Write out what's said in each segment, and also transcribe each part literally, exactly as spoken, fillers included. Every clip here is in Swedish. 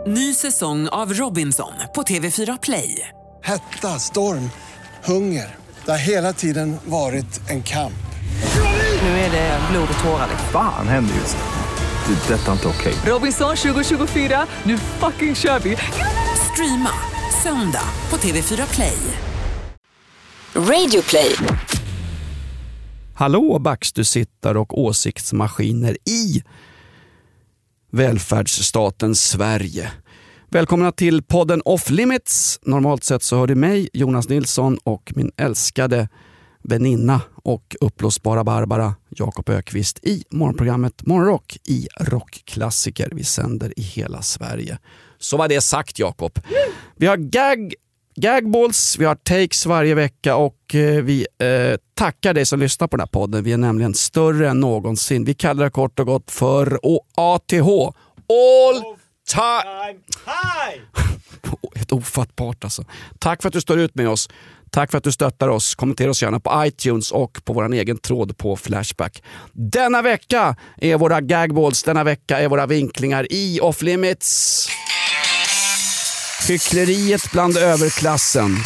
Ny säsong av Robinson på T V fyra Play. Hetta, storm, hunger. Det har hela tiden varit en kamp. Nu är det blod och tårar. Fan händer just det. Det är detta inte okej. Robinson tjugo tjugofyra, nu fucking kör vi. Streama söndag på T V fyra Play. Radio Play. Hallå backstusittare och åsiktsmaskiner i välfärdsstaten Sverige. Välkomna till podden Off Limits. Normalt sett så hör du mig, Jonas Nilsson, och min älskade väninna och uppblåsbara Barbara, Jakob Ökvist, i morgonprogrammet Morgonrock i rockklassiker. Vi sänder i hela Sverige. Så var det sagt, Jakob. Vi har gag, gagballs, vi har takes varje vecka och eh, vi eh, tackar dig som lyssnar på den här podden. Vi är nämligen större än någonsin. Vi kallar det kort och gott för A T H. All time high! Ett ofattbart alltså. Tack för att du står ut med oss. Tack för att du stöttar oss. Kommentera oss gärna på iTunes och på vår egen tråd på Flashback. Denna vecka är våra gagballs. Denna vecka är våra vinklingar i Off Limits. Hyckleriet bland överklassen.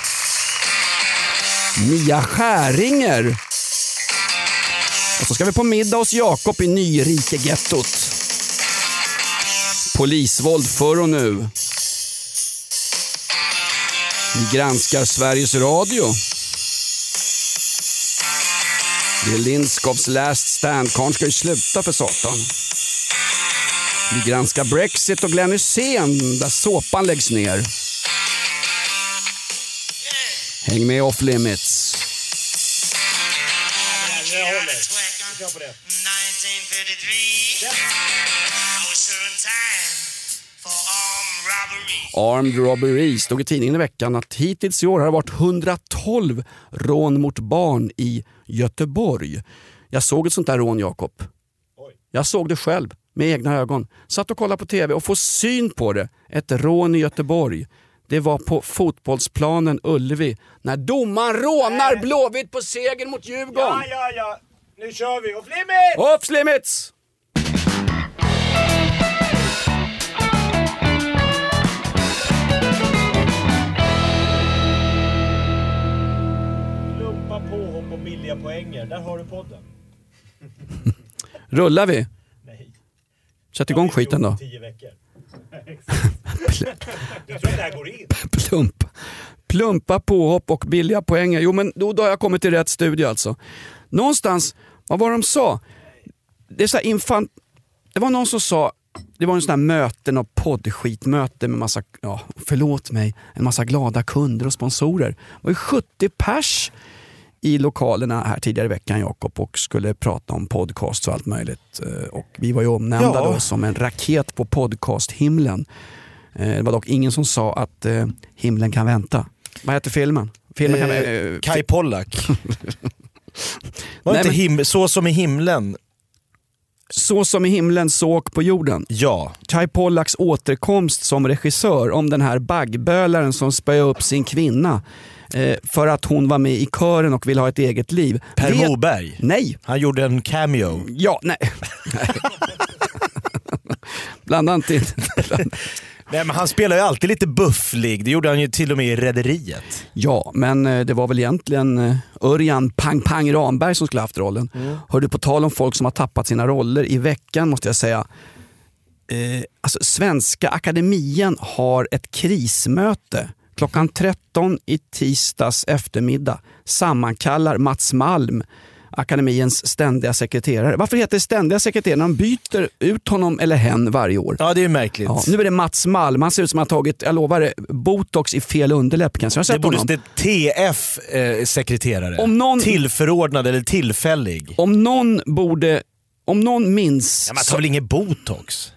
Mia Skäringer. Och så ska vi på middag hos Jakob i Nyrike-gettot. Polisvåld förr och nu. Vi granskar Sveriges Radio. Det är Lindskops Last Stand. Karn ska ju sluta för satan. Vi granskar Brexit och Glenn Hysén där såpan läggs ner. Häng med Off Limits. Armed robbery. Stod i tidningen i veckan att hittills i år har det varit hundratolv rån mot barn i Göteborg. Jag såg ett sånt där rån, Jakob. Jag såg det själv med egna ögon. Satt och kollade på tv och få syn på det. Ett rån i Göteborg. Det var på fotbollsplanen Ullevi. När domaren rånar äh. Blåvitt på seger mot Djurgården. Ja, ja, ja. Nu kör vi. Off Limits! Off Limits! Klumpa påhopp och billiga poänger. Där har du podden. Rullar vi? Nej. Sätt igång skiten då. tio veckor. Jag tror att det här går in. Plump. Plumpa påhopp och billiga poänger. Jo, men då, då har jag kommit till rätt studie alltså. Någonstans, vad var de sa? Det är så här infant... Det var någon som sa, det var en sån här möten och poddskitmöte med massa, ja, förlåt mig, en massa glada kunder och sponsorer. Det var ju sjuttio pers i lokalerna här tidigare i veckan, Jakob, och skulle prata om podcast och allt möjligt. Och vi var ju omnämnda ja. då som en raket på podcasthimlen. Det var dock ingen som sa att eh, himlen kan vänta. Vad heter filmen? filmen eh, kan, eh, Kai Pollak. Var Nej, inte men, him- så som i himlen. Så som i himlen såg på jorden. Ja. Kai Pollaks återkomst som regissör om den här baggbölaren som spöade upp sin kvinna eh, för att hon var med i kören och ville ha ett eget liv. Per Vet... Moberg. Nej. Han gjorde en cameo. Ja, nej. Bland annat inte. Nej, men han spelar ju alltid lite bufflig. Det gjorde han ju till och med i Rederiet. Ja, men det var väl egentligen Örjan Pang Pang Ramberg som skulle haft rollen. Mm. Hör du, på tal om folk som har tappat sina roller i veckan måste jag säga. Eh, alltså, Svenska Akademien har ett krismöte. Klockan tretton i tisdags eftermiddag sammankallar Mats Malm, Akademiens ständiga sekreterare. Varför heter det ständiga sekreterare? De byter ut honom eller hen varje år. Ja, det är märkligt. Ja, nu är det Mats Malm. Han ser ut som att han har tagit, jag lovar det, botox i fel underläpp. Kan jag det borde stå T F-sekreterare. Eh, om någon, tillförordnad eller tillfällig. Om någon borde, om någon minns... Ja, man tar väl ingen botox?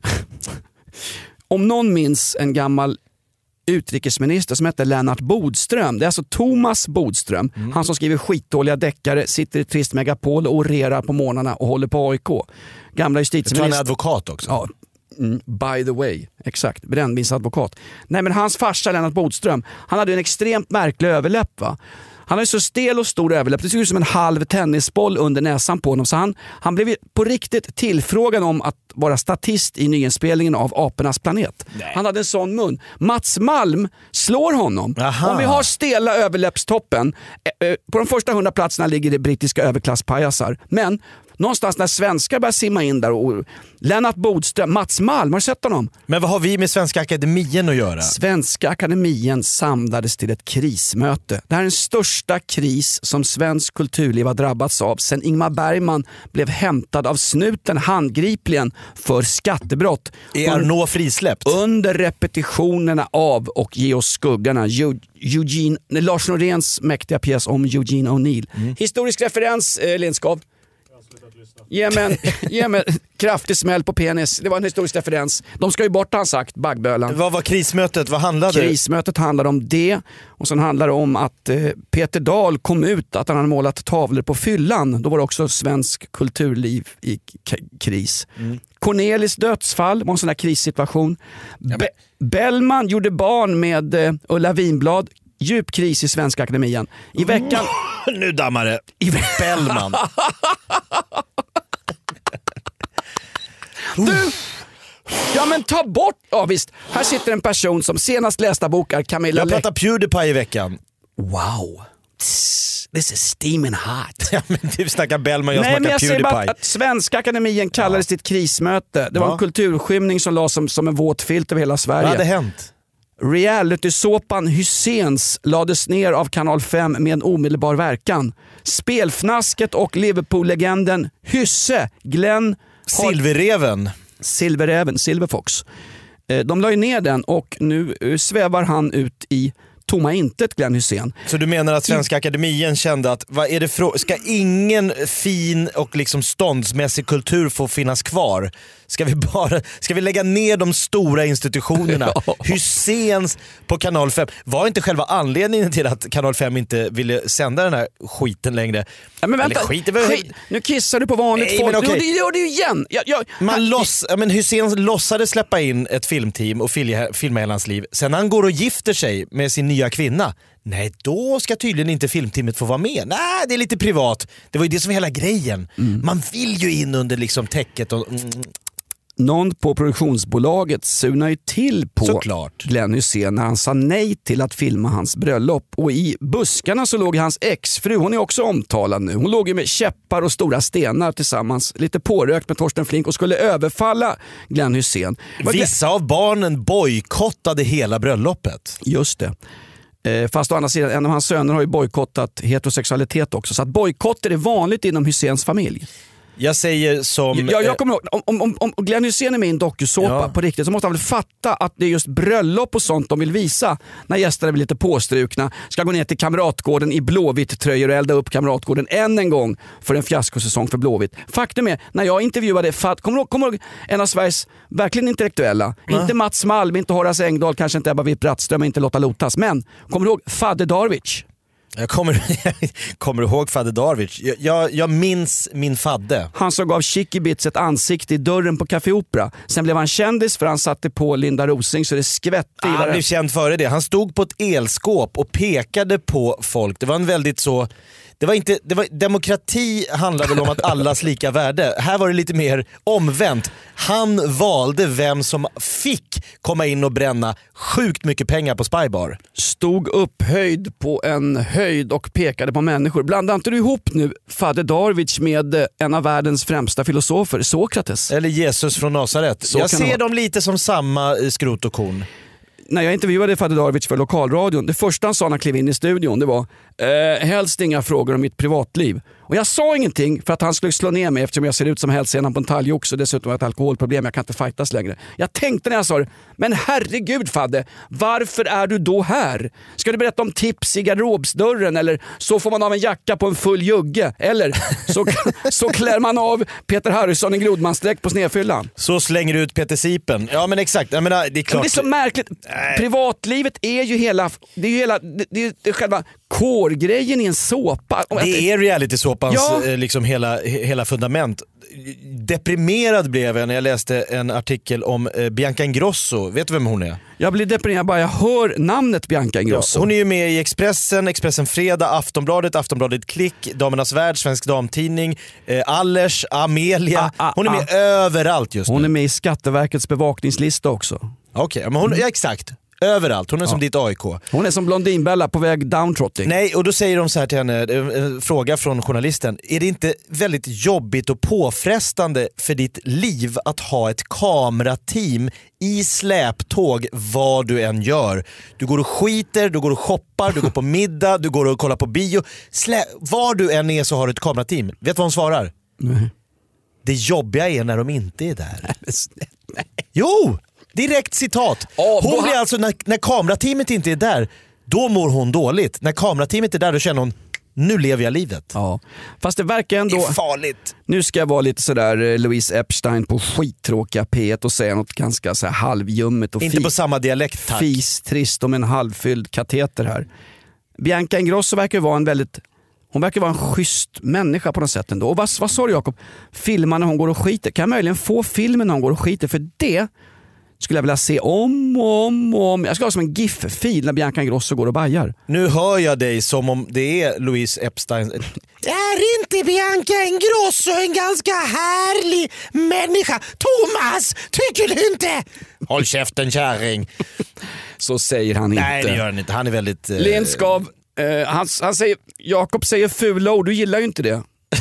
Om någon minns en gammal utrikesminister som heter Lennart Bodström. Det är alltså Thomas Bodström. Mm. Han som skriver skitdåliga deckare, sitter i Trist Megapol och orerar på morgnarna och håller på A I K. Gamla justitieminister. Han är advokat också. Ja, mm, by the way. Exakt, brännvinsadvokat. Nej, men hans farsa Lennart Bodström, han hade en extremt märklig överläpp, va? Han har ju så stel och stor överläpp. Det ser ut som en halv tennisboll under näsan på honom. Så han, han blev på riktigt tillfrågan om att vara statist i nyinspelningen av Apornas planet. Nej. Han hade en sån mun. Mats Malm slår honom. Aha. Om vi har stela överläppstoppen. På de första hundra platserna ligger det brittiska överklasspajasar. Men någonstans när svenskar börjar simma in där och Lennart Bodström, Mats Malm, har du sett honom? Men vad har vi med Svenska Akademien att göra? Svenska Akademien samlades till ett krismöte. Det här är den största kris som svensk kulturliv har drabbats av sen Ingmar Bergman blev hämtad av snuten handgripligen för skattebrott. Är Arnaud frisläppt? Under repetitionerna av och Ge oss skuggarna, Eugene, Lars Noréns mäktiga pjäs om Eugene O'Neill. Mm. Historisk referens, eh, Lindskov. Ge mig, en, ge mig kraftig smäll på penis. Det var en historisk referens. De ska ju bort, han sagt, baggbölan. Vad var krismötet? Vad handlade det? Krismötet handlade om det. Och sen handlade det om att eh, Peter Dahl kom ut att han hade målat tavlor på fyllan. Då var det också svensk kulturliv i k- kris. Mm. Cornelis dödsfall var en sån här krissituation. Ja, Be- Bellman gjorde barn med eh, Ulla Vinblad. Djup kris i Svenska Akademien. I veckan... Oh, nu dammar det. I ve- Bellman. Du! Ja men ta bort... Ja visst, här sitter en person som senast lästa bokar Camilla Jag pratar PewDiePie i veckan. Wow. This is steaming hot. Ja, men du snackar Bellman, jag Nej, snackar men jag PewDiePie. säger bara att Svenska Akademien kallades ja. till ett krismöte. Det var ja. en kulturskymning som lades som, som en våt filt över hela Sverige. Vad hade hänt? Reality-såpan Hyséns lades ner av Kanal fem med en omedelbar verkan. Spelfnasket och Liverpool-legenden Hysse, Glenn... Silverreven. Silverreven, Silverfox. De la ju ner den och nu svävar han ut i tomma intet, Glenn Hysén. Så du menar att Svenska Akademien kände att vad är det för, ska ingen fin och liksom ståndsmässig kultur få finnas kvar? Ska vi bara ska vi lägga ner de stora institutionerna? Ja. Hyséns på Kanal fem. Var inte själva anledningen till att Kanal fem inte ville sända den här skiten längre? Ja, men vänta, skit, var... skit. Nu kissar du på vanligt Nej, folk. Okay. Nu, det gör du ju igen. Jag, jag... Man loss, ja, men Hysén låtsades släppa in ett filmteam och filma, filma hela hans liv. Sen han går och gifter sig med sin nya kvinna. Nej, då ska tydligen inte filmteamet få vara med. Nej, det är lite privat. Det var ju det som var hela grejen. Mm. Man vill ju in under liksom täcket och... Mm. Någon på produktionsbolaget sunar ju till på Såklart. Glenn Hysén när han sa nej till att filma hans bröllop. Och i buskarna så låg hans exfru, hon är också omtalad nu. Hon låg ju med käppar och stora stenar tillsammans, lite pårökt med Torsten Flink och skulle överfalla Glenn Hysén. Vissa av barnen bojkottade hela bröllopet. Just det. Fast å andra sidan, en av hans söner har ju bojkottat heterosexualitet också. Så att bojkotter är vanligt inom Hyséns familj. Jag säger som... Ja, jag kommer ihåg, om, om, om Glenn Hysén är med i en dokusåpa ja. på riktigt så måste han väl fatta att det är just bröllop och sånt de vill visa när gästerna blir lite påstrukna. Ska gå ner till Kamratgården i blåvitt tröjor och elda upp Kamratgården än en gång för en fiaskosäsong för Blåvitt. Faktum är, när jag intervjuade Fad, kommer du ihåg, kommer du ihåg en av Sveriges verkligen intellektuella, ja. inte Mats Malm, inte Horace Engdahl, kanske inte Ebba Witt-Brattström, inte Lotta Lotas, men kommer du ihåg Fadde Darwich? Jag kommer, kommer ihåg Fadde Darwich. Jag, jag, jag minns min fadde. Han som gav Chickibits ett ansikte i dörren på Café Opera. Sen blev han kändis för han satte på Linda Rosing så det skvätte i Han blev känd före det. Han stod på ett elskåp och pekade på folk. Det var en väldigt så... Det var inte, det var, demokrati handlade väl om att allas lika värde. Här var det lite mer omvänt. Han valde vem som fick komma in och bränna sjukt mycket pengar på Spybar. Stod upphöjd på en höjd och pekade på människor. Blandar inte du ihop nu Fadde Darwich med en av världens främsta filosofer, Sokrates? Eller Jesus från Nazaret. Så jag ser dem lite som samma skrot och korn. När jag intervjuade Fadde Darwich för lokalradion, det första han sa när han klev in i studion, det var eh, helst inga frågor om mitt privatliv. Och jag sa ingenting för att han skulle slå ner mig eftersom jag ser ut som hälsenan på en talgoxe och dessutom har ett alkoholproblem, jag kan inte fightas längre. Jag tänkte när jag sa det, men herregud Fadde, varför är du då här? Ska du berätta om tips i garderobsdörren eller så får man av en jacka på en full jugge? Eller så, så klär man av Peter Harrison en grodmansdräkt på snedfyllan. Så slänger du ut Peter Sipen. Ja men exakt, jag menar, det är klart. Men det är så märkligt. Privatlivet är ju hela, det är ju hela, det, det, det är själva kårgrejen i en såpa. Det är reality-såpans Ja. liksom hela, hela fundament. Deprimerad blev jag när jag läste en artikel om Bianca Ingrosso. Vet du vem hon är? Jag blir deprimerad bara jag hör namnet Bianca Ingrosso. Ja, hon är ju med i Expressen, Expressen Fredag, Aftonbladet, Aftonbladet Klick, Damernas Värld, Svensk Damtidning, eh, Allers, Amelia. Ah, ah, hon är med ah. överallt just nu. Hon är med i Skatteverkets bevakningslista också. Okej, okay, men hon, ja, exakt. Överallt. Hon är som ditt A I K. Hon är som Blondinbella på väg downtroding. Nej, och då säger de så här till henne, en fråga från journalisten. Är det inte väldigt jobbigt och påfrestande för ditt liv att ha ett kamerateam i släptåg vad du än gör? Du går och skiter, du går och shoppar, du går på middag, du går och kollar på bio. Slä- var du än är så har du ett kamerateam. Vet du vad hon svarar? Nej. Det jobbiga är när de inte är där. Jo! Direkt citat. Oh, hon då- blir alltså, när, när kamerateamet inte är där, då mår hon dåligt. När kamerateamet är där, då känner hon, nu lever jag livet. Ja. Fast det verkar Det ändå... är farligt. Nu ska jag vara lite sådär eh, Louise Epstein på skittråkiga P ett och säga något ganska så här halvjummet och Inte fi- på samma dialekt, tack. fis trist om en halvfylld kateter här. Bianca Ingrosso verkar vara en väldigt... Hon verkar vara en schysst människa på något sätt ändå. Och vad, vad sa du Jakob? Filmar när hon går och skiter. Kan jag möjligen få filmen när hon går och skiter? För det skulle jag vilja se om och om och om. Jag ska ha som en GIF-fil när Bianca Ingrosso går och bajar. Nu hör jag dig som om det är Louise Epstein. Är inte Bianca Ingrosso en ganska härlig människa? Thomas, tycker du inte? Håll käften, kärring. Så säger han inte. Nej, det gör han inte. Han är väldigt... Eh... Lenskav, eh, han, han säger, Jakob säger fula ord, du gillar ju inte det.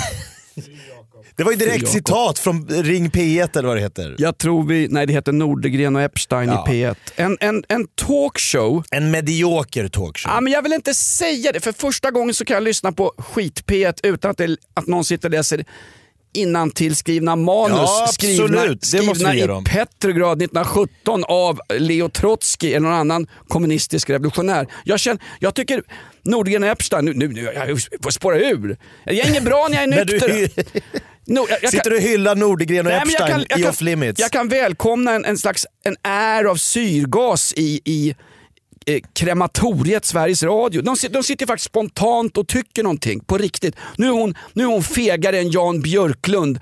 Det var ju direkt Jakob. citat från Ring P ett eller vad det heter. Jag tror vi, nej det heter Nordegren och Epstein Ja. i P ett. En, en, en talkshow. En medioker talkshow. Ja, men jag vill inte säga det, för första gången så kan jag lyssna på skit P ett utan att, det, att någon sitter och läser innantill skrivna manus. Ja, absolut. Skrivna, Det måste skrivna vi ge i dem. Petrograd nittonhundrasjutton av Leo Trotsky eller någon annan kommunistisk revolutionär. Jag, känner, jag tycker Nordegren och Epstein, nu, nu, nu jag får spåra ur. Jag är inget bra när jag är När du nykter. No, jag, jag sitter kan, du och hyllar Nordegren och Nej, men jag Epstein kan- jag i kan- Off Limits? Jag kan välkomna en, en slags en är av syrgas i, i eh, krematoriet Sveriges Radio. De, sit- de sitter faktiskt spontant och tycker någonting på riktigt. Nu är hon, nu är hon fegare än Jan Björklund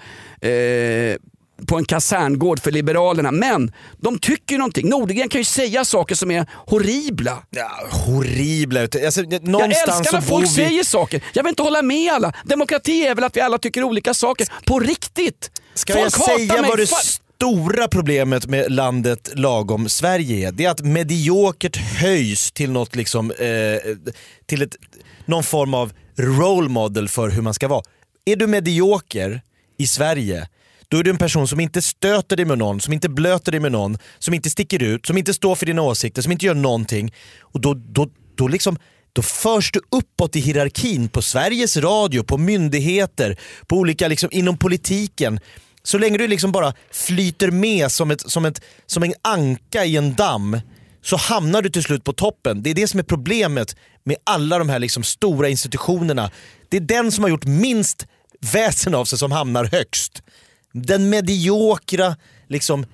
eh, på en kaserngård för Liberalerna. Men de tycker någonting. Nordegren kan ju säga saker som är horribla. Ja, horribla. Alltså, Jag någonstans älskar när så folk bor vi... säger saker. Jag vill inte hålla med alla. Demokrati är väl att vi alla tycker olika saker. På riktigt. Ska Folk jag hatar säga mig. vad det Fa- stora problemet med landet lagom Sverige är? Det är att mediokert höjs till något liksom, eh, till ett, någon form av role model för hur man ska vara. Är du medioker i Sverige, då är du en person som inte stöter dig med någon, som inte blöter dig med någon, som inte sticker ut, som inte står för dina åsikter, som inte gör någonting. Och då, då, då liksom Då förs du uppåt i hierarkin på Sveriges Radio, på myndigheter, på olika liksom, inom politiken. Så länge du liksom bara flyter med som, ett, som, ett, som en anka i en damm, så hamnar du till slut på toppen. Det är det som är problemet med alla de här liksom stora institutionerna. Det är den som har gjort minst väsen av sig som hamnar högst. Den mediokra liksom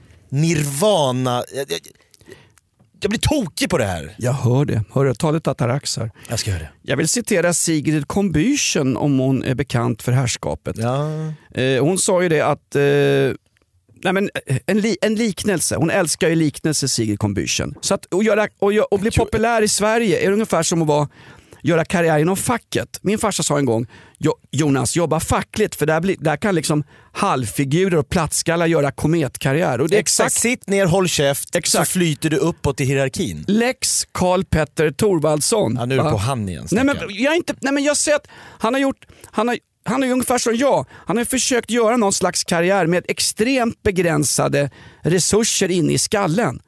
nirvana. Jag, jag, jag blir tokig på det här. Jag hör det. Hör du talet ataraxar? Jag ska göra det. Jag vill citera Sigrid Combüchen om hon är bekant för härskapet. Ja. Eh, hon sa ju det att eh, nej men, en, li, en liknelse. Hon älskar ju liknelser, Sigrid Combüchen. Så att och göra, och, gö- och bli populär i Sverige är ungefär som att vara, göra karriär inom facket. Min farsa sa en gång, jo, Jonas, jobba fackligt för där, blir, där kan liksom halvfigurer och plattskallar göra kometkarriär. Och det är Exakt. exakt Sitt ner, håll käft, Exakt. så flyter du uppåt i hierarkin. Lex Karl Petter Thorvaldsson. Ja, nu är du Va? på han igen. Nej men, stackaren. jag är inte, nej men jag ser att han har gjort, han har, han är ju ungefär som jag. Han har försökt göra någon slags karriär med extremt begränsade resurser inne i skallen.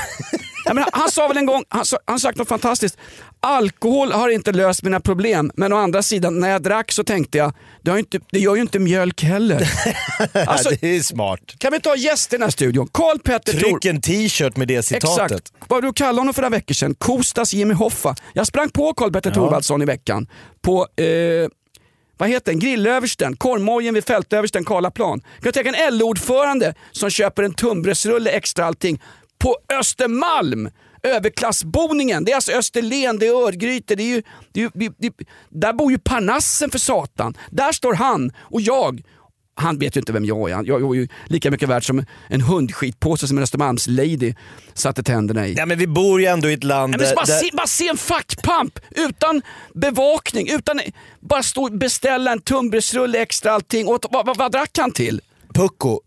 Jag menar, han sa väl en gång, han sa, han sagt något fantastiskt. Alkohol har inte löst mina problem, men å andra sidan när jag drack så tänkte jag, det, har ju inte, det gör ju inte mjölk heller. Alltså, det är smart. kan vi ta gäst i den här studion? Karl Petter Thor... Tryck en t-shirt med det citatet. Exakt. Vad du kallade honom för några veckor sedan? Kostas Jimmy Hoffa. Jag sprang på Karl Petter Ja. Thorvaldsson i veckan på eh, vad heter den? Grillöversten, korvmojen vid fältöversten Karlaplan. Kan du tänka en L O-ordförande som köper en tunnbrödsrulle extra allting på Östermalm? överklassboningen. Det är alltså Österlen, det är Örgryte, det är ju, det är ju, det, det, där bor ju Parnassen för satan. Där står han och jag. Han vet ju inte vem jag är. Jag är ju lika mycket värd som en hundskitpåse som en Östermalmslady satte tänderna i. Ja, men vi bor ju ändå i ett land ja, men bara, där... se, bara se en fackpamp utan bevakning, utan bara stå beställa en tunnbrödsrulle extra allting. Och vad, vad, vad drack han till? Pucko.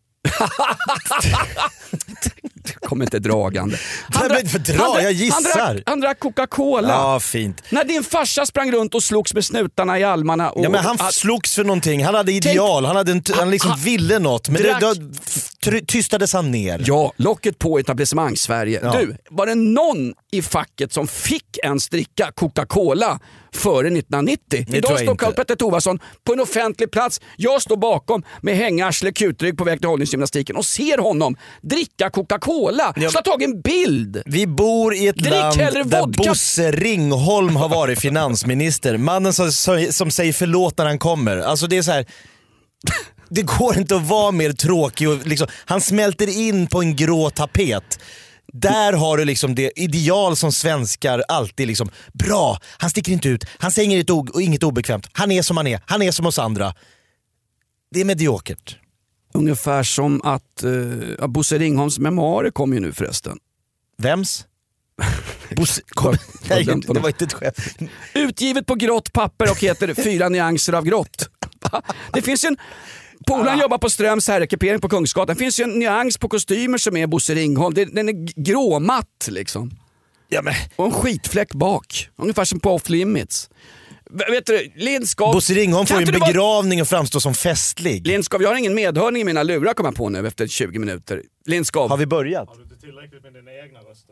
Kommer inte dragande. Han drack, för dra, han, jag gissar. Han drack, han drack Coca-Cola. Ja, fint. När din farsa sprang runt och slogs med snutarna i almarna. Och, ja, men han att, slogs för någonting. Han hade ideal. Han, hade en, han liksom han, ville något. Men drack, det, då tystades han ner. Ja, locket på etablissemang Sverige. Ja. Du, var det någon i facket som fick en dricka Coca-Cola före nittonhundranittio? Det Idag står Karl-Petter Thorwaldsson på en offentlig plats. Jag står bakom med hängarsle kutrygg på väg till hållningsgymnastiken och ser honom dricka Coca-Cola. Ja. Så tag en bild. Vi bor i ett Drick land där vodka. Bosse Ringholm har varit finansminister. Mannen som, som säger förlåt när han kommer. Alltså det är så här. Det går inte att vara mer tråkig och liksom, han smälter in på en grå tapet. Där har du liksom det ideal som svenskar alltid liksom, bra, han sticker inte ut, han säger inget, o- och inget obekvämt, han är som han är, han är som oss andra. Det är mediokert. Ungefär som att uh, Bosse Ringholms memoarer kom ju nu förresten. Vems? Bosse, kom, nej, det var inte ett skämt. Utgivet på grått papper och heter Fyra nyanser av grått. Det finns en Polan jobbar på Ströms herrekipering på Kungsgatan. Det finns ju en nyans på kostymer som är Bosse Ringholm. Den är gråmatt liksom. Ja, men. Och en skitfläck bak. Ungefär som på Off Limits. Vet du, Lindskov... Bosse Ringholm får ju en begravning och framstår som festlig. Lindskov, jag har ingen medhörning i mina lurar, kommer på nu efter tjugo minuter. Lindskov. Har vi börjat? Har du inte tillräckligt med dina egna röster?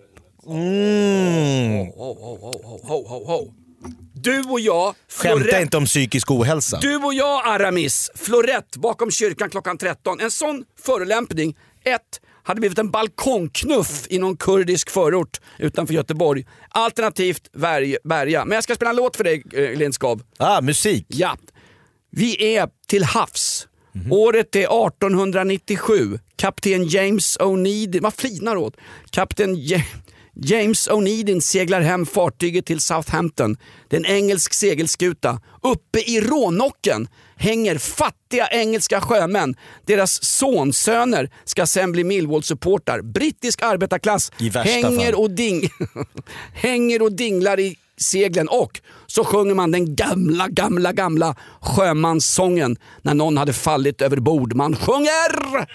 Mm. Ho, ho, ho, ho, ho, ho. Du och jag... Skämta Florett. inte om psykisk ohälsa. Du och jag, Aramis, Florett bakom kyrkan klockan tretton. En sån förolämpning, ett, hade blivit en balkongknuff i någon kurdisk förort utanför Göteborg. Alternativt Berg, Berga. Men jag ska spela en låt för dig, eh, Lindskov. Ah, musik. Ja. Vi är till havs. Mm-hmm. Året är arton nittiosju. Kapten James O'Neidin, vad flinar åt? Kapten J- James O'Neidin seglar hem fartyget till Southampton. Det är en engelsk segelskuta. Uppe i rånocken hänger fattiga engelska sjömän. Deras sonsöner ska sen bli Millwall-supportar. Brittisk arbetarklass hänger och, ding- hänger och dinglar i seglen, och så sjunger man den gamla, gamla, gamla sjömanssången när någon hade fallit över bord. Man sjunger...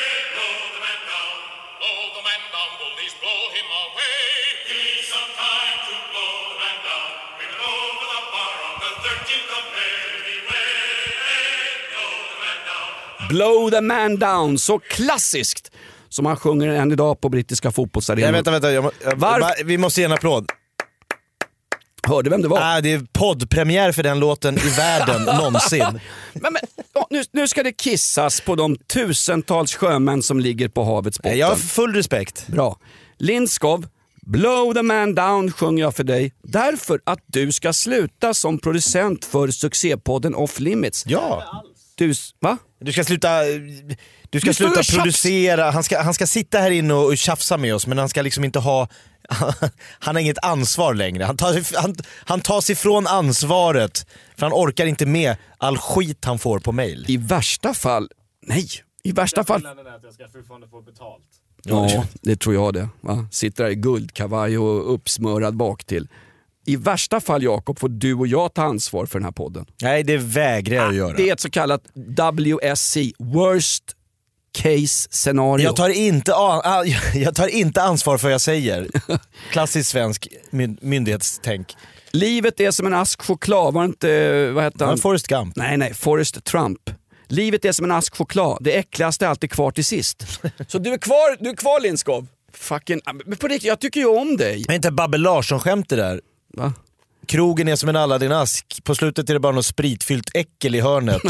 Blow the man down, så klassiskt som man sjunger än idag på brittiska fotbollsarenor. Ja, vänta, vänta. Jag, jag, Varf- vi måste ge en applåd. Hörde vem det var? Ah, det är poddpremiär för den låten i världen någonsin. Men, men, ja, nu, nu ska det kissas på de tusentals sjömän som ligger på havets botten. Jag har full respekt. Bra. Lindskov, Blow the man down sjunger jag för dig därför att du ska sluta som producent för succépodden Off Limits. Ja. Du, va? Du ska sluta, du ska Du sluta står och producera, han ska, han ska sitta här inne och, och tjafsa med oss, men han ska liksom inte ha, han har inget ansvar längre. Han tar, han, han tar sig ifrån ansvaret för han orkar inte med all skit han får på mail. I värsta fall, nej, i värsta fall... Skillnaden är att jag ska fortfarande få betalt. Ja, det tror jag det. Va? Sitter där i guldkavaj och uppsmörad bak till. I värsta fall, Jakob, får du och jag ta ansvar för den här podden. Nej, det vägrar jag att göra. Det är ett så kallat W S C, worst case scenario. Jag tar inte, a- jag tar inte ansvar för vad jag säger. Klassisk svensk my- myndighetstänk. Livet är som en ask choklad, var inte, vad heter han? Ja, Forrest Gump. Nej, nej, Forrest Trump. Livet är som en ask choklad, det äckligaste är alltid kvar till sist. Så du är kvar, du är kvar Lindskov. Fucking, men på riktigt, jag tycker ju om dig. Men inte Babbe Larsson-skämt det där. Va? Krogen är som en Aladdin-ask. På slutet är det bara något spritfyllt äckel i hörnet.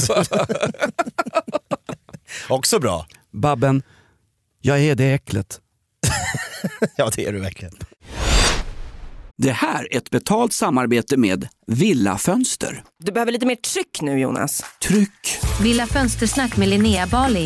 Också bra. Babben, jag är det äcklet. Ja, det är du verkligen. Det här är ett betalt samarbete med Villa Fönster. Du behöver lite mer tryck nu, Jonas. Tryck! Villa Fönstersnack med Linnea Bali.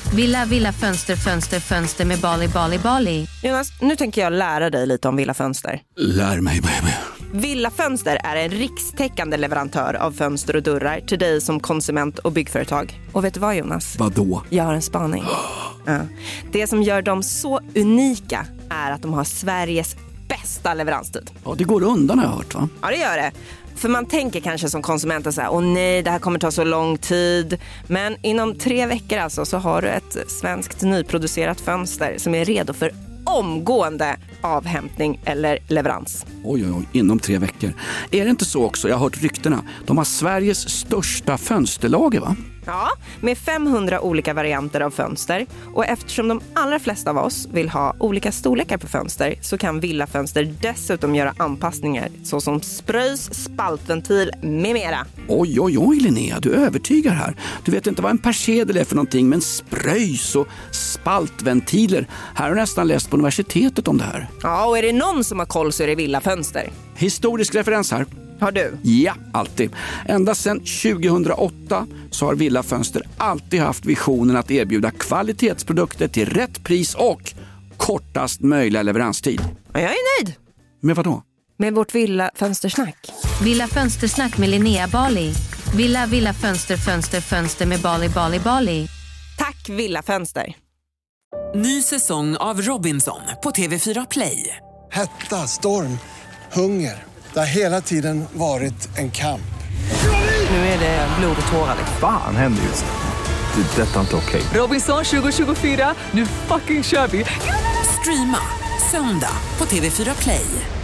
Villa, villa, fönster, fönster, fönster med Bali, Bali, Bali. Jonas, nu tänker jag lära dig lite om Villa Fönster. Lär mig, baby. Villa Fönster är en rikstäckande leverantör av fönster och dörrar till dig som konsument och byggföretag. Och vet du vad, Jonas? Vadå? Jag har en spaning. Ja. Det som gör dem så unika är att de har Sveriges bästa leveranstid. Ja, det går undan har jag hört, va? Ja, det gör det. För man tänker kanske som konsument så här, åh nej, det här kommer ta så lång tid. Men inom tre veckor alltså så har du ett svenskt nyproducerat fönster som är redo för omgående avhämtning eller leverans. Oj, oj, oj, inom tre veckor. Är det inte så också? Jag har hört ryktena. De har Sveriges största fönsterlager, va? Ja, med femhundra olika varianter av fönster. Och eftersom de allra flesta av oss vill ha olika storlekar på fönster så kan Villa Fönster dessutom göra anpassningar såsom spröjs, spaltventil med mera. Oj, oj, oj, Linnea, du övertygar här. Du vet inte vad en persedel är för någonting, men spröjs och spaltventiler. Här har jag nästan läst på universitetet om det här. Ja, och är det någon som har koll så är det Villa Fönster. Historisk referens här. Har du? Ja, alltid. Ända sedan tjugohundraåtta så har Villa Fönster alltid haft visionen att erbjuda kvalitetsprodukter till rätt pris och kortast möjliga leveranstid. Jag är nöjd. Med vad då? Med vårt Villa Fönstersnack. Villa Fönstersnack med Linnea Bali. Villa, villa, fönster, fönster, fönster med Bali, Bali, Bali. Tack Villa Fönster. Ny säsong av Robinson på T V fyra Play. Hetta, storm, hunger. Det har hela tiden varit en kamp. Nu är det blod och tårar. Fan händer just det. Det är detta inte okej. Robinson tjugo tjugofyra, nu fucking kör vi. Streama söndag på T V fyra Play.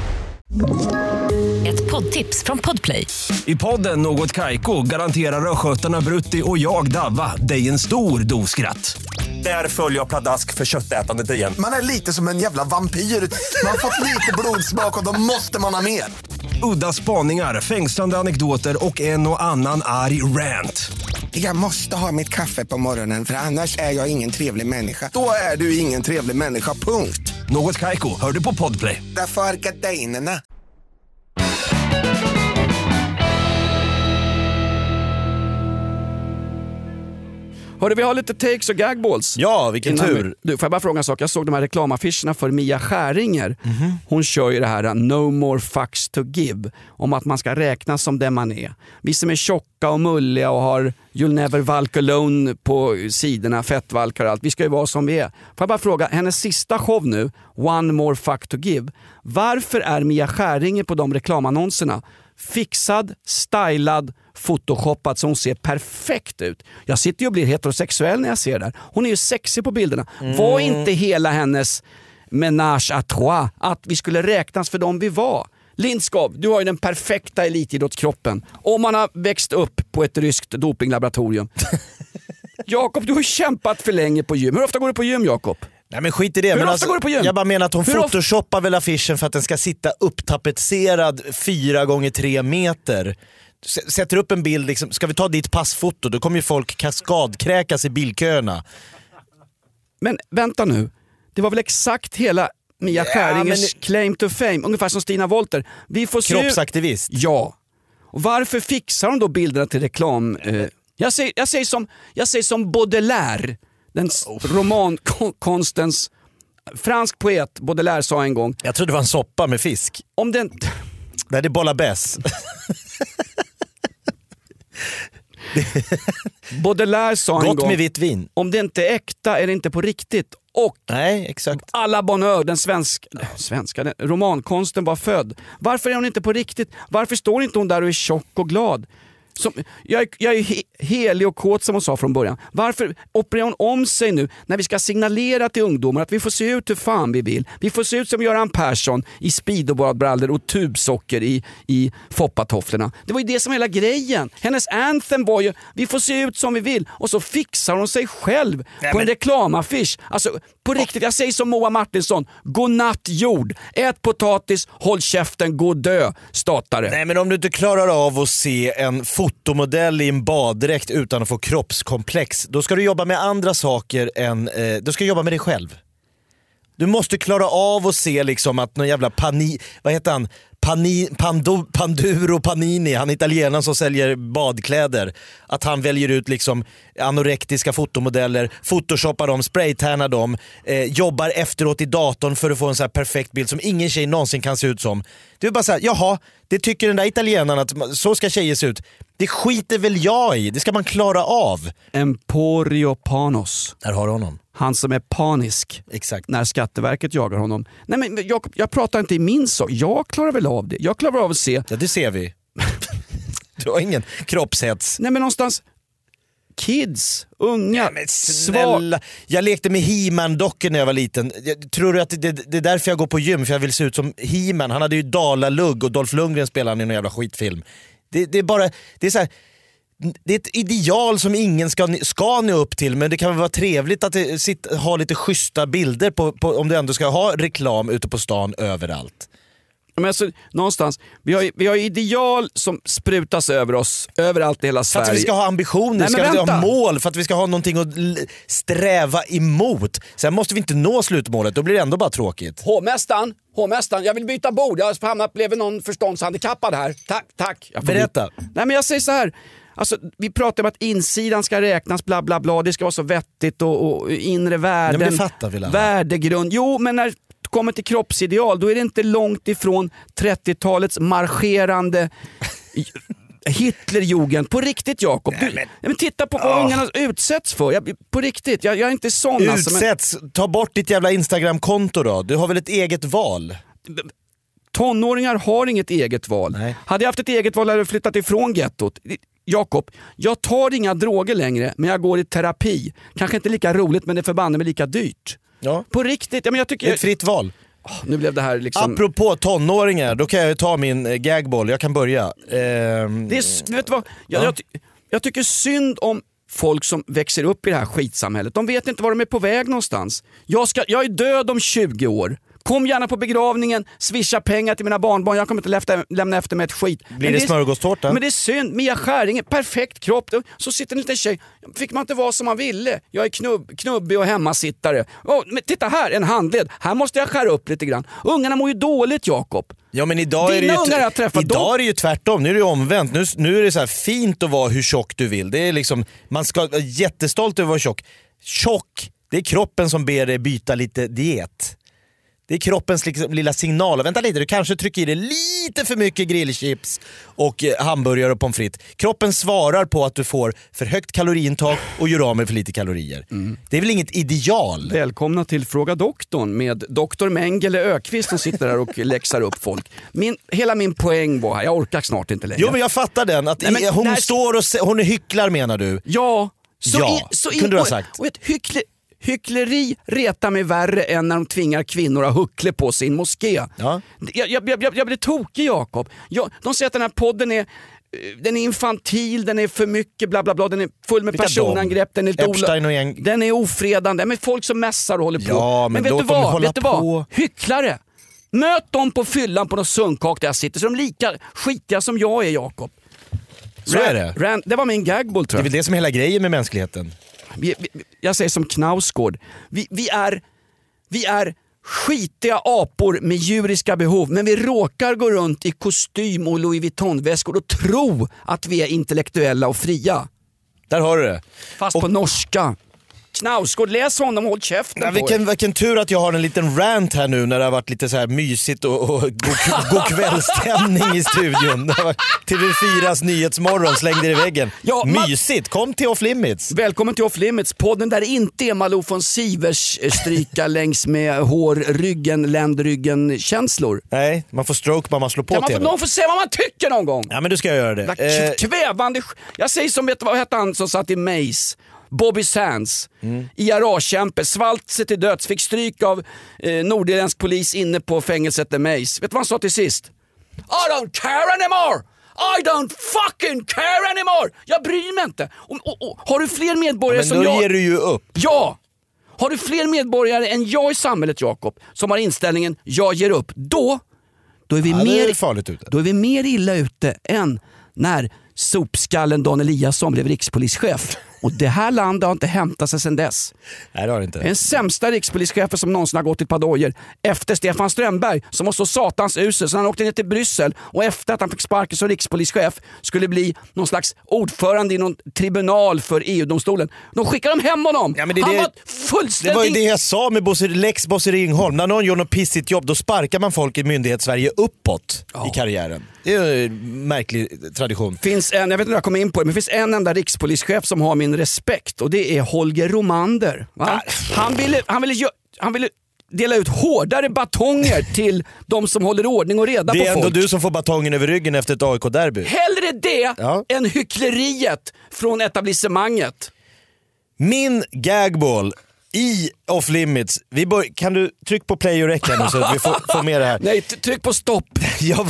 Ett poddtips från Podplay. I podden Något Kaiko garanterar östgötarna Brutti och jag Davva dig en stor doskratt. Där följer jag pladask för köttätandet igen. Man är lite som en jävla vampyr. Man har fått lite blodsmak och då måste man ha mer. Udda spaningar, fängslande anekdoter och en och annan arg rant. Jag måste ha mitt kaffe på morgonen för annars är jag ingen trevlig människa. Då är du ingen trevlig människa, punkt. Något Kaiko, hör du på Podplay. Därför är gardinerna. Hörde, vi har lite takes och gagballs. Ja, vilken Innan tur. Vi, du, får jag bara fråga en sak? Jag såg de här reklamaffischerna för Mia Skäringer. Mm-hmm. Hon kör ju det här no more fucks to give. Om att man ska räknas som den man är. Vi som är tjocka och mulliga och har You'll never walk alone på sidorna, fettvalkar och allt. Vi ska ju vara som vi är. Får jag bara fråga, hennes sista show nu, One more fuck to give. Varför är Mia Skäringer på de reklamannonserna fixad, stylad, photoshoppad så hon ser perfekt ut? Jag sitter ju och blir heterosexuell när jag ser det. Hon är ju sexig på bilderna. Mm. Var inte hela hennes menage à trois att vi skulle räknas för dem vi var? Lindskov, du har ju den perfekta elitidrottskroppen. Om man har växt upp på ett ryskt dopinglaboratorium. Jakob, du har kämpat för länge på gym. Hur ofta går du på gym, Jakob? Nej men skit i det. Hur men ofta alltså, går du på gym? Jag bara menar att hon Hur photoshoppar väl affischen för att den ska sitta upptapetserad fyra gånger tre meter. S- sätter upp en bild, liksom, ska vi ta ditt passfoto? Då kommer ju folk kaskadkräkas i bilköerna. Men vänta nu. Det var väl exakt hela Mia Ja, Skäringers men- claim to fame. Ungefär som Stina Wolter. Vi får se... Kroppsaktivist. Ja. Och varför fixar de då bilderna till reklam? Eh, jag, säger, jag, säger som, jag säger som Baudelaire. Den oh. romankonstens fransk poet Baudelaire sa en gång. Jag trodde det var en soppa med fisk. Om den... Nej, det är bouillabaisse. Baudelaire sa en Gott gång. med vitt vin. Om det inte är äkta är det inte på riktigt. Och nej, exakt. alla bonheur, den svenska, svenska den, romankonsten var född. Varför är hon inte på riktigt? Varför står inte hon där och är tjock och glad? Som, jag, är, jag är he, helig och kåt som hon sa från början. Varför opererar hon om sig nu när vi ska signalera till ungdomar att vi får se ut hur fan vi vill? Vi får se ut som Göran Persson i speedobadbrallor och tubsocker i, i foppatofflorna. Det var ju det som hela grejen. Hennes anthem var ju, vi får se ut som vi vill. Och så fixar hon sig själv Nej, på men... en reklamaffisch. Alltså på riktigt, jag säger som Moa Martinsson. Godnatt jord, ät potatis, håll käften, gå dö, statare. Nej, men om du inte klarar av att se en fotomodell i en baddräkt utan att få kroppskomplex, då ska du jobba med andra saker än, eh, du ska jobba med dig själv. Du måste klara av att se liksom att någon jävla panik, vad heter han? Pani, Pando, Panduro Panini, han italienaren som säljer badkläder, att han väljer ut liksom anorektiska fotomodeller, photoshoppar dem, spraytannar dem, eh, jobbar efteråt i datorn för att få en så här perfekt bild som ingen tjej någonsin kan se ut som. Det är bara så här, jaha, det tycker den där italienaren att så ska tjejer se ut. Det skiter väl jag i, det ska man klara av. Emporio Panos. Där har du honom. Han som är panisk. Exakt. När Skatteverket jagar honom. Nej, men jag, jag pratar inte i min sak. Jag klarar väl av det. Jag klarar av att se. Ja, det ser vi. Du har ingen kroppshets. Nej, men någonstans kids, unga, ja, men snälla. Jag lekte med He-Man-dockor när jag var liten. Jag tror du att det, det, det är därför jag går på gym, för jag vill se ut som He-Man. Han hade ju Dalalugg och Dolph Lundgren spelade han i någon jävla skitfilm. Det, det är bara, det är så här, det är ett ideal som ingen ska, ska nå upp till, men det kan väl vara trevligt att det, sitt, ha lite schyssta bilder på, på, om du ändå ska ha reklam ute på stan överallt. Men alltså, någonstans, vi har, vi har ideal som sprutas över oss överallt i hela Sverige. För att vi ska ha ambitioner, Nej, ska vi ha mål, för att vi ska ha någonting att sträva emot. Sen måste vi inte nå slutmålet, då blir det ändå bara tråkigt. Hovmästaren, hovmästaren, jag vill byta bord. Jag har hamnat bredvid någon förståndshandikappad här. Tack, tack. Berätta. Nej, men jag säger så här. Alltså, vi pratar om att insidan ska räknas, bla bla bla. Det ska vara så vettigt och, och inre värden. Nej, men det fattar vi alla. Värdegrund. Jo, men när kommer till kroppsideal, då är det inte långt ifrån trettiotalets marscherande Hitlerjugend. På riktigt, Jakob. Du, men... men titta på vad oh. ungarna utsätts för. Jag, på riktigt, jag, jag är inte sån. Utsätts? Alltså, men... Ta bort ditt jävla Instagram-konto då. Du har väl ett eget val? Tonåringar har inget eget val. Nej. Hade jag haft ett eget val hade jag flyttat ifrån gettot. Jakob, jag tar inga droger längre, men jag går i terapi. Kanske inte lika roligt, men det förbannar mig lika dyrt. Ja. På riktigt, ja, men jag tycker... Ett fritt val. Oh, nu blev det här liksom... Apropå tonåringar, då kan jag ta min eh, gagboll. Jag kan börja. Ehm... Det är, vet du vad? Jag, ja. jag, jag tycker synd om folk som växer upp i det här skitsamhället. De vet inte var de är på väg någonstans. Jag, ska, jag är död om tjugo år. Kom gärna på begravningen, swisha pengar till mina barnbarn. Jag kommer inte lämna, lämna efter mig ett skit. Blir det, det smörgåstårta? Men det är synd. Mia Skäring, perfekt kropp. Så sitter en liten tjej. Fick man inte vara som man ville. Jag är knubb, knubbig och hemmasittare. Oh, men titta här, en handled. Här måste jag skära upp lite grann. Ungarna mår ju dåligt, Jakob. Ja, men idag är det ju, t- träffat, idag är det ju tvärtom. Nu är det omvänt. Nu, nu är det så här fint att vara hur tjock du vill. Det är liksom, man ska vara jättestolt över att vara tjock. Tjock, det är kroppen som ber dig byta lite diet. Det är kroppens liksom, lilla signal. Vänta lite, du kanske trycker i dig lite för mycket grillchips och eh, hamburgare och pommes frites. Kroppen svarar på att du får för högt kaloriintag och gör av med för lite kalorier. Mm. Det är väl inget ideal? Välkomna till Fråga doktorn med doktor Mengele Ökvist som sitter där och läxar upp folk. Min, hela min poäng var här, jag orkar snart inte längre. Jo, men jag fattar den. Att Nej, men, hon här... står och se, hon är hycklar, menar du? Ja. Så ja, in, så in, kunde du ha sagt. Och ett hyckle... Hyckleri retar mig värre än när de tvingar kvinnor att huckle på sin moské. Ja. Jag, jag, jag, jag blir tokig, Jakob. Jag, de säger att den här podden är, den är infantil, den är för mycket bla bla bla, den är full med Vilka personangrepp, den är, Epstein och gäng... den är ofredande, men folk som mässar och håller på. Ja, men, men vet du vad? Vet du vad? På. Hycklare. Möt dem på fyllan på någon sunkak där jag sitter, så de är lika skitiga som jag är, Jakob. Så är det. Rand, det var min gagboll, tror jag. Det är väl det som är hela grejen med mänskligheten. Vi, vi, jag säger som Knausgård, vi, vi, är, vi är skitiga apor med djuriska behov, men vi råkar gå runt i kostym och Louis Vuitton-väskor och tro att vi är intellektuella och fria. Där har du det. Fast och... på norska. Knausgård, läs honom och håll käften ja, på vilken, vilken tur att jag har en liten rant här nu när det har varit lite så här mysigt och, och god, god kvällstämning i studion. T V fyras Nyhetsmorgon slängde i väggen. Ja, mysigt, kom till Off Limits. Välkommen till Off Limits, podden där det inte är Malou von Sivers stryka längs med hårryggen, ländryggen känslor. Nej, man får stroke bara man slår på kan man T V. Få, någon får säga vad man tycker någon gång. Ja, men du ska göra det. det eh... Kvävande. Jag säger som, vet du vad hette han som satt i Maze? Bobby Sands, mm. I R A-kämpe, svalt sig till döds, fick stryk av eh, nordirländsk polis inne på fängelset i Maze. Vet du vad han sa till sist? I don't care anymore! I don't fucking care anymore! Jag bryr mig inte. Och, och, och, har du fler medborgare ja, som jag... jag... Men då ger du ju upp. Ja! Har du fler medborgare än jag i samhället, Jakob, som har inställningen jag ger upp, då, då, är vi ja, mer, är farligt ute. då är vi mer illa ute än när sopskallen Dan Eliasson blev rikspolischef. Och det här landet har inte hämtat sig sedan dess. Nej, det har det inte. Den sämsta rikspolischefen som någonsin har gått till Padojer. Efter Stefan Strömberg som var så satans usel så han åkte ner till Bryssel och efter att han fick sparken som rikspolischef skulle bli någon slags ordförande i någon tribunal för E U-domstolen. De skickade dem hem honom. Ja, men det, han det, var fullständigt... Det var ju det jag sa med Bosse, Lex Bosse Ringholm. När någon gör något pissigt jobb då sparkar man folk i myndighetssverige uppåt ja. i karriären. Det är en märklig tradition. Finns en, jag vet inte hur jag kommer in på det, men det finns en enda rikspolischef som har min respekt och det är Holger Romander. Va? Han ville, han ville, han ville dela ut hårdare batonger till de som håller ordning och reda på folk. Det är ändå du som får batongen över ryggen efter ett A I K-derby. Hellre det ja. än hyckleriet från etablissemanget. Min gagball i Off Limits. Vi bör, kan du tryck på play och räcka nu så att vi får, får med det här. Nej, tryck på stopp. jag,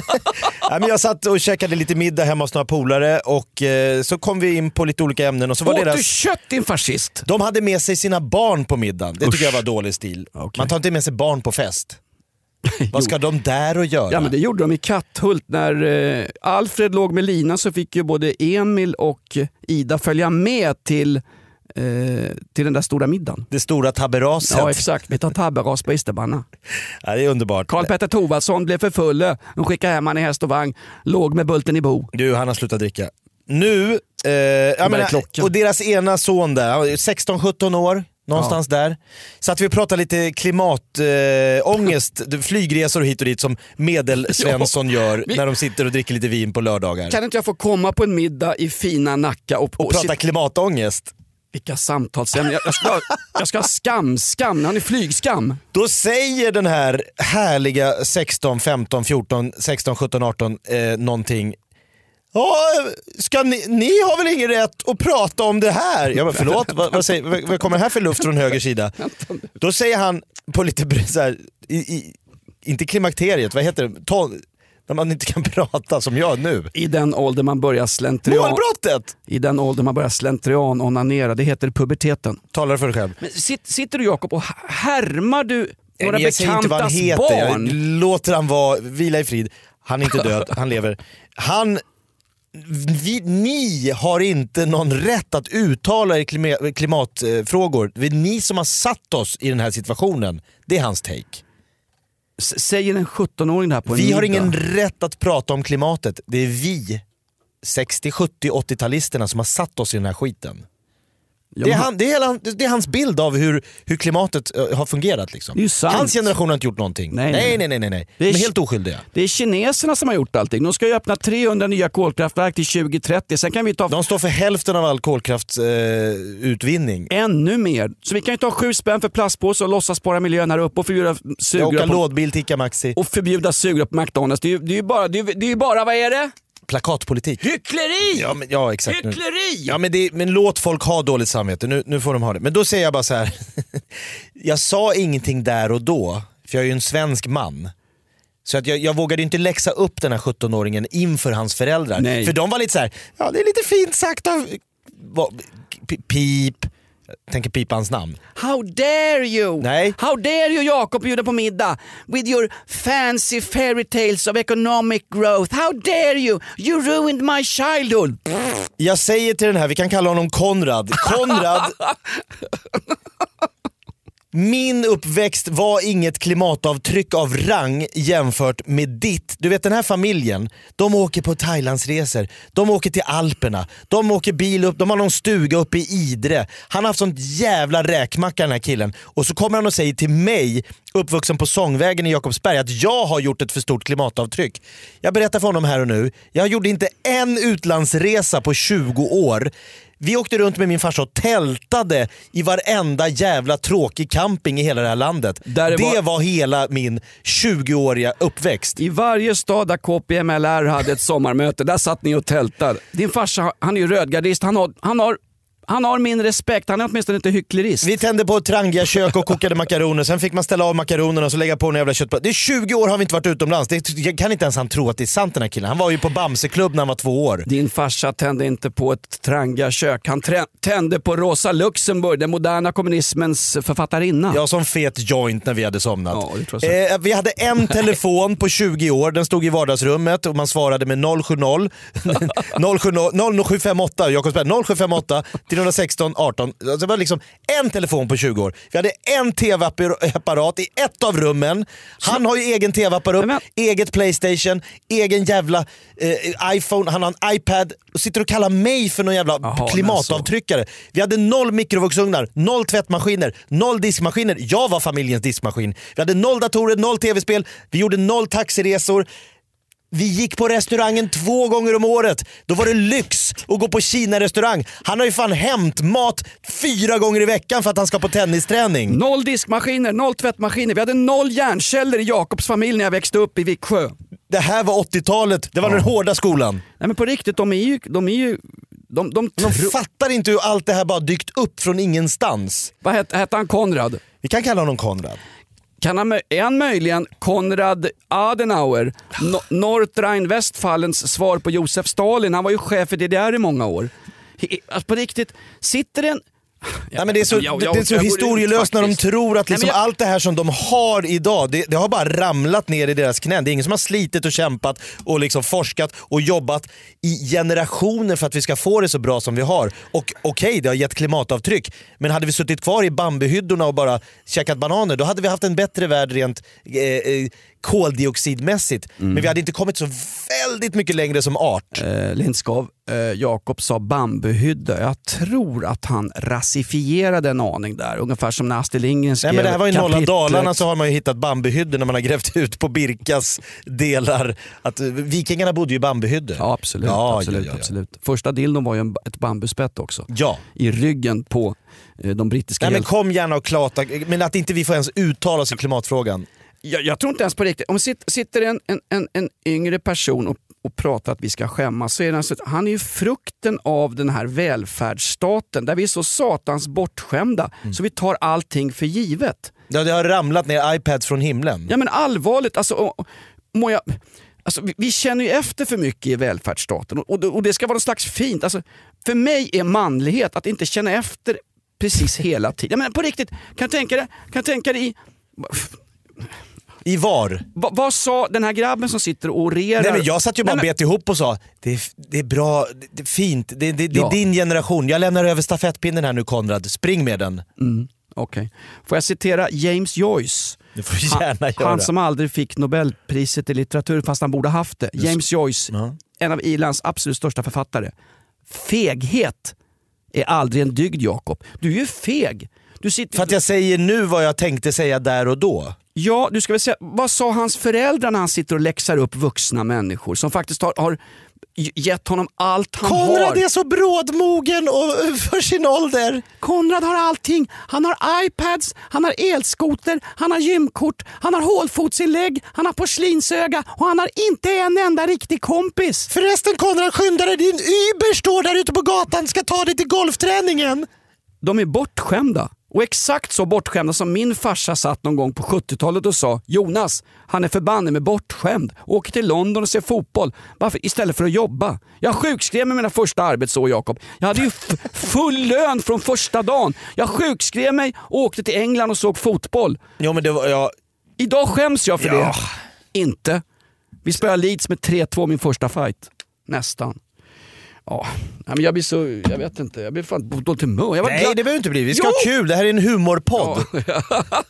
ja, men jag satt och käkade lite middag hemma hos några polare och eh, så kom vi in på lite olika ämnen. Och så var Åh, deras... du kött din fascist. De hade med sig sina barn på middagen. Det tycker Usch. jag var dålig stil. Okay. Man tar inte med sig barn på fest. Vad ska de där och göra? Ja, men det gjorde de i Katthult. När eh, Alfred låg med Lina så fick ju både Emil och Ida följa med till till den där stora middagen. Det stora tabberaset. Ja, exakt. Vi tar tabberas på Isterbanna. Ja, det är underbart. Karl-Petter Thorvaldsson blev för full. De skickade hem han i häst och vagn. Låg med bulten i bo. Du, han har slutat dricka. Nu, eh, jag menar, och deras ena son där, sexton sjutton år, någonstans ja. där. Så att vi pratar lite klimatångest, eh, flygresor hit och dit som Medelsvensson gör vi... när de sitter och dricker lite vin på lördagar. Kan inte jag få komma på en middag i fina Nacka och, och, och prata sit... klimatångest? Vilka samtalsämnen. Jag, jag, ska, jag ska ha skam, skam. Han är flygskam. Då säger den här härliga sexton, femton, fjorton, sexton, sjutton, arton eh, någonting. Ja, ska ni, ni har väl ingen rätt att prata om det här? Jag bara, förlåt, vad, vad, säger, vad, vad kommer här för luft från höger sida? Då säger han på lite så här, i, i, inte klimakteriet, vad heter det? Ton, när man inte kan prata som jag nu. I den ålder man börjar slentrian. Målbrottet! I den ålder man börjar slentrian onanera. Det heter puberteten. Talar för dig själv. Men sit, sitter du Jakob och härmar du några jag bekantas inte barn? Jag låter han vara, vila i frid. Han är inte död, han lever. Han... Vi, ni har inte någon rätt att uttala er klimat, klimatfrågor. Det är ni som har satt oss i den här situationen. Det är hans take. Säger en sjutton-åring här på en Vi middag. har ingen rätt att prata om klimatet. Det är vi, sextio, sjuttio, åttio-talisterna som har satt oss i den här skiten. Ja, det, är han, det, är hela, det är hans bild av hur, hur klimatet uh, har fungerat. Liksom. Hans generation har inte gjort någonting. Nej, nej, nej. nej, nej, nej. De är helt oskyldiga. Det är kineserna som har gjort allting. De ska ju öppna trehundra nya kolkraftverk till tjugo trettio. Sen kan vi ta... De står för hälften av all kolkraftutvinning. Uh, Ännu mer. Så vi kan ju ta sju spänn för plastpåse och låtsas spara miljön här uppe och förbjuda sugrör. Åka på... lådbil till Ica Maxi. Och förbjuda sugrör på McDonalds. Det är ju, det är ju bara, det är, det är ju bara, vad är det? Plakatpolitik. Hyckleri! Ja, men, ja exakt. Hyckleri! Ja, men, det, men låt folk ha dåligt samvete, nu, nu får de ha det. Men då säger jag bara så här. Jag sa ingenting där och då, för jag är ju en svensk man. Så att jag, jag vågade inte läxa upp den här sjutton-åringen inför hans föräldrar. Nej. För de var lite så här, ja det är lite fint sagt av pip. Jag tänker pipa hans namn. How dare you? Nej. How dare you Jakob bjuda på middag with your fancy fairy tales of economic growth. How dare you? You ruined my childhood. Jag säger till den här, vi kan kalla honom Konrad. Konrad. Min uppväxt var inget klimatavtryck av rang jämfört med ditt. Du vet den här familjen, de åker på Thailandsresor, de åker till Alperna, de åker bil upp, de har någon stuga uppe i Idre. Han har haft sånt jävla räkmacka den här killen. Och så kommer han och säger till mig, uppvuxen på Sångvägen i Jakobsberg, att jag har gjort ett för stort klimatavtryck. Jag berättar för honom här och nu, jag gjorde inte en utlandsresa på tjugo år. Vi åkte runt med min farsa och tältade i varenda jävla tråkig camping i hela det här landet. Där det, det var... var hela min tjugoåriga uppväxt. I varje stad där K P M L R hade ett sommarmöte, där satt ni och tältade. Din farsa, han är ju rödgardist, han har, han har han har min respekt, han är åtminstone inte hycklerist. Vi tände på ett trangiga kök och kokade makaroner, sen fick man ställa av makaronerna och så lägga på en jävla köttbröd. Det är tjugo år har vi inte varit utomlands. Det jag kan inte ens han tro att det är sant, den här killen. Han var ju på Bamseklubb när han var två år. Din farsa tände inte på ett trangiga kök, han trä- tände på Rosa Luxemburg, den moderna kommunismens författarinna. Jag som fet joint när vi hade somnat. Ja, det tror jag eh, vi hade en telefon på tjugo år, den stod i vardagsrummet och man svarade med noll sju noll noll sju noll noll sju fem åtta Jakobs berg noll sju fem åtta tre ett sex arton. Alltså det var liksom en telefon på tjugo år. Vi hade en tv-apparat i ett av rummen. Han har ju egen tv-apparat, men... eget PlayStation, egen jävla eh, iPhone, han har en iPad och sitter och kallar mig för någon jävla Aha, klimatavtryckare. Vi hade noll mikrovågsugnar, noll tvättmaskiner, noll diskmaskiner. Jag var familjens diskmaskin. Vi hade noll datorer, noll tv-spel, vi gjorde noll taxiresor. Vi gick på restaurangen två gånger om året. Då var det lyx att gå på Kina-restaurang. Han har ju fan hämtmat fyra gånger i veckan för att han ska på tennisträning. Noll diskmaskiner, noll tvättmaskiner. Vi hade noll hjärnceller i Jakobs familj när jag växte upp i Viksjö. Det här var åttiotalet. Det var ja. den hårda skolan. Nej men på riktigt, de är ju... De är ju De, de, de tro- fattar inte hur allt det här bara dykt upp från ingenstans. Vad hette, hette han? Konrad? Vi kan kalla honom Konrad. Kan han, är han möjligen Konrad Adenauer, no, Nordrhein-Westfalens svar på Josef Stalin? Han var ju chef för D D R i många år. Alltså på riktigt, sitter en... Ja, men det är så, jag, jag, det är så historielöst när de tror att liksom Nej, jag... allt det här som de har idag, det, det har bara ramlat ner i deras knän. Det är ingen som har slitit och kämpat och liksom forskat och jobbat i generationer för att vi ska få det så bra som vi har. Och okej, okay, det har gett klimatavtryck, men hade vi suttit kvar i bambuhyddorna och bara käkat bananer, då hade vi haft en bättre värld rent eh, eh, koldioxidmässigt. Mm. Men vi hade inte kommit så väldigt mycket längre som art. Eh, Lindskov, eh, Jakob sa bambuhydda. Jag tror att han rasifierade en aning där. Ungefär som när Astrid Lindgren skrev. Nej, men det här var i kapitlet... Norra Dalarna så har man ju hittat bambuhyddor när man har grävt ut på Birkas delar. Att vikingarna bodde ju i bambuhyddor. Ja, absolut. Ja, absolut, ja, ja, ja. absolut. Första dildon var ju en, ett bambuspett också. Ja. I ryggen på eh, de brittiska... Nej, men kom gärna och klata. Men att inte vi får ens uttala oss i klimatfrågan. Jag, jag tror inte ens på riktigt. Om sitter, sitter en, en, en, en yngre person och, och pratar att vi ska skämmas, så är det alltså, han är ju frukten av den här välfärdsstaten där vi är så satans bortskämda mm. så vi tar allting för givet. Ja, det har ramlat ner iPads från himlen. Ja men allvarligt, alltså, och, må jag, alltså vi, vi känner ju efter för mycket i välfärdsstaten och, och, och det ska vara något slags fint. Alltså, för mig är manlighet att inte känna efter precis hela tiden. Men på riktigt, kan tänka dig, kan tänka dig i... I var? Va, vad sa den här grabben som sitter och orerar? Nej, men jag satt ju bara och bet ihop och sa det är, det är bra, det är fint, det, det, det ja. är din generation. Jag lämnar över stafettpinnen här nu, Konrad. Spring med den. Mm, Okej. Okay. Får jag citera James Joyce? Det får du gärna han, göra. Han som aldrig fick Nobelpriset i litteratur fast han borde haft det. James Joyce, ja. en av Irlands absolut största författare. Feghet är aldrig en dygd, Jakob. Du är ju feg. Du sitter... För att jag säger nu vad jag tänkte säga där och då. Ja, du ska väl säga, vad sa hans föräldrar när han sitter och läxar upp vuxna människor som faktiskt har, har gett honom allt han Konrad har? Konrad är så brådmogen och för sin ålder. Konrad har allting. Han har iPads, han har elskoter, han har gymkort, han har hålfotsinlägg, han har porslinsöga och han har inte en enda riktig kompis. Förresten Konrad, skynda dig, din Uber står där ute på gatan, ska ta dig till golfträningen. De är bortskämda. Och exakt så bortskämda som min farsa satt någon gång på sjuttiotalet och sa: Jonas, han är förbannad med bortskämd. Åker till London och ser fotboll. Varför? Istället för att jobba. Jag sjukskrev med mina första arbetsår, Jakob. Jag hade ju f- full lön från första dagen. Jag sjukskrev mig och åkte till England och såg fotboll. Ja, men det var, ja. Idag skäms jag för ja. det. Inte. Vi spelar Leeds med tre två min första fight. Nästan. Ja, men jag blir så, jag vet inte, jag blir fan på dåligt humör. Jag var Nej, glad. det behöver inte bli. Vi ska jo! ha kul. Det här är en humorpodd. Ja.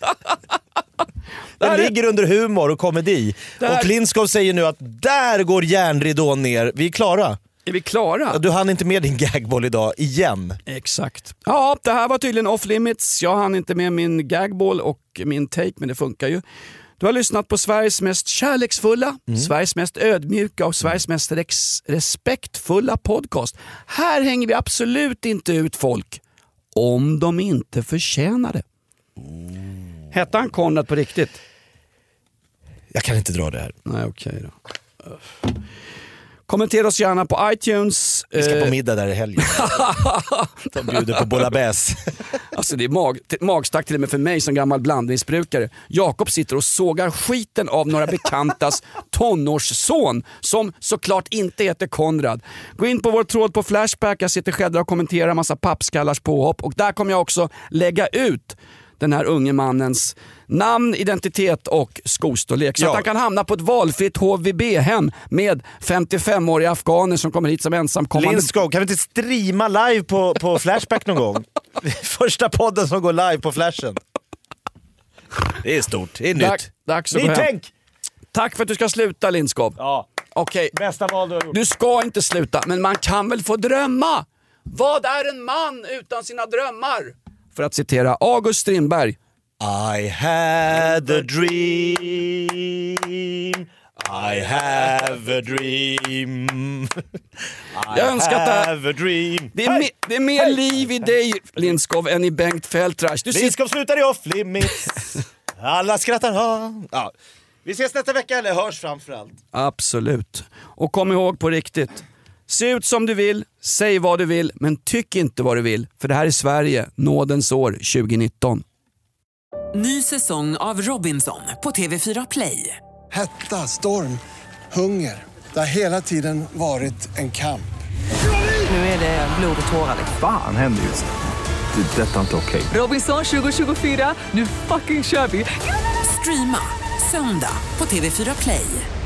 Den är... ligger under humor och komedi. Här... Och Lindskov säger nu att där går järnridån ner. Vi är klara. Är vi klara? Du hann inte med din gagboll idag, igen. Exakt. Ja, det här var tydligen off limits. Jag hann inte med min gagboll och min take, men det funkar ju. Du har lyssnat på Sveriges mest kärleksfulla, mm. Sveriges mest ödmjuka och Sveriges mest rex- respektfulla podcast. Här hänger vi absolut inte ut folk om de inte förtjänar det. Mm. Hette han Konrad på riktigt? Jag kan inte dra det här. Nej, okej då. Kommentera oss gärna på iTunes. Vi ska på middag där i helgen. De bjuder på bouillabaisse. Alltså det är mag, magstarkt till och med för mig som gammal blandningsbrukare. Jakob sitter och sågar skiten av några bekantas tonårsson som såklart inte heter Konrad. Gå in på vår tråd på Flashback. Jag sitter själv och kommenterar massa pappskallars påhopp. Och där kommer jag också lägga ut den här unge mannens namn, identitet och skostorlek. Så ja. att han kan hamna på ett valfritt H V B-hem med femtiofemåriga afghaner som kommer hit som ensamkommande. Lindskog, kan vi inte streama live på, på Flashback någon gång? Första podden som går live på Flashen. Det är stort, det är nytt. Dags, dags att gå hem. tänk! Tack för att du ska sluta, Lindskov. Ja. Okej. Bästa val du har gjort. Du ska inte sluta, men man kan väl få drömma? Vad är en man utan sina drömmar? För att citera August Strindberg. I had a dream, I have a dream, I Jag önskar att det, have a dream. Det, är me, det är mer liv i dig, Lindskov, än i Bengt Feldtrash. Du Lindskov slutar i off limits. Alla skrattar ha. Ja. Vi ses nästa vecka, eller hörs framförallt. Absolut. Och kom ihåg på riktigt. Se ut som du vill, säg vad du vill, men tyck inte vad du vill. För det här är Sverige, nådens år tjugonitton. Ny säsong av Robinson på T V fyra Play. Hetta, storm, hunger. Det har hela tiden varit en kamp. Nu är det blod och tårar. Fan händer just det. Det är detta inte okej. Robinson tjugo tjugofyra, nu fucking kör vi. Streama söndag på T V fyra Play.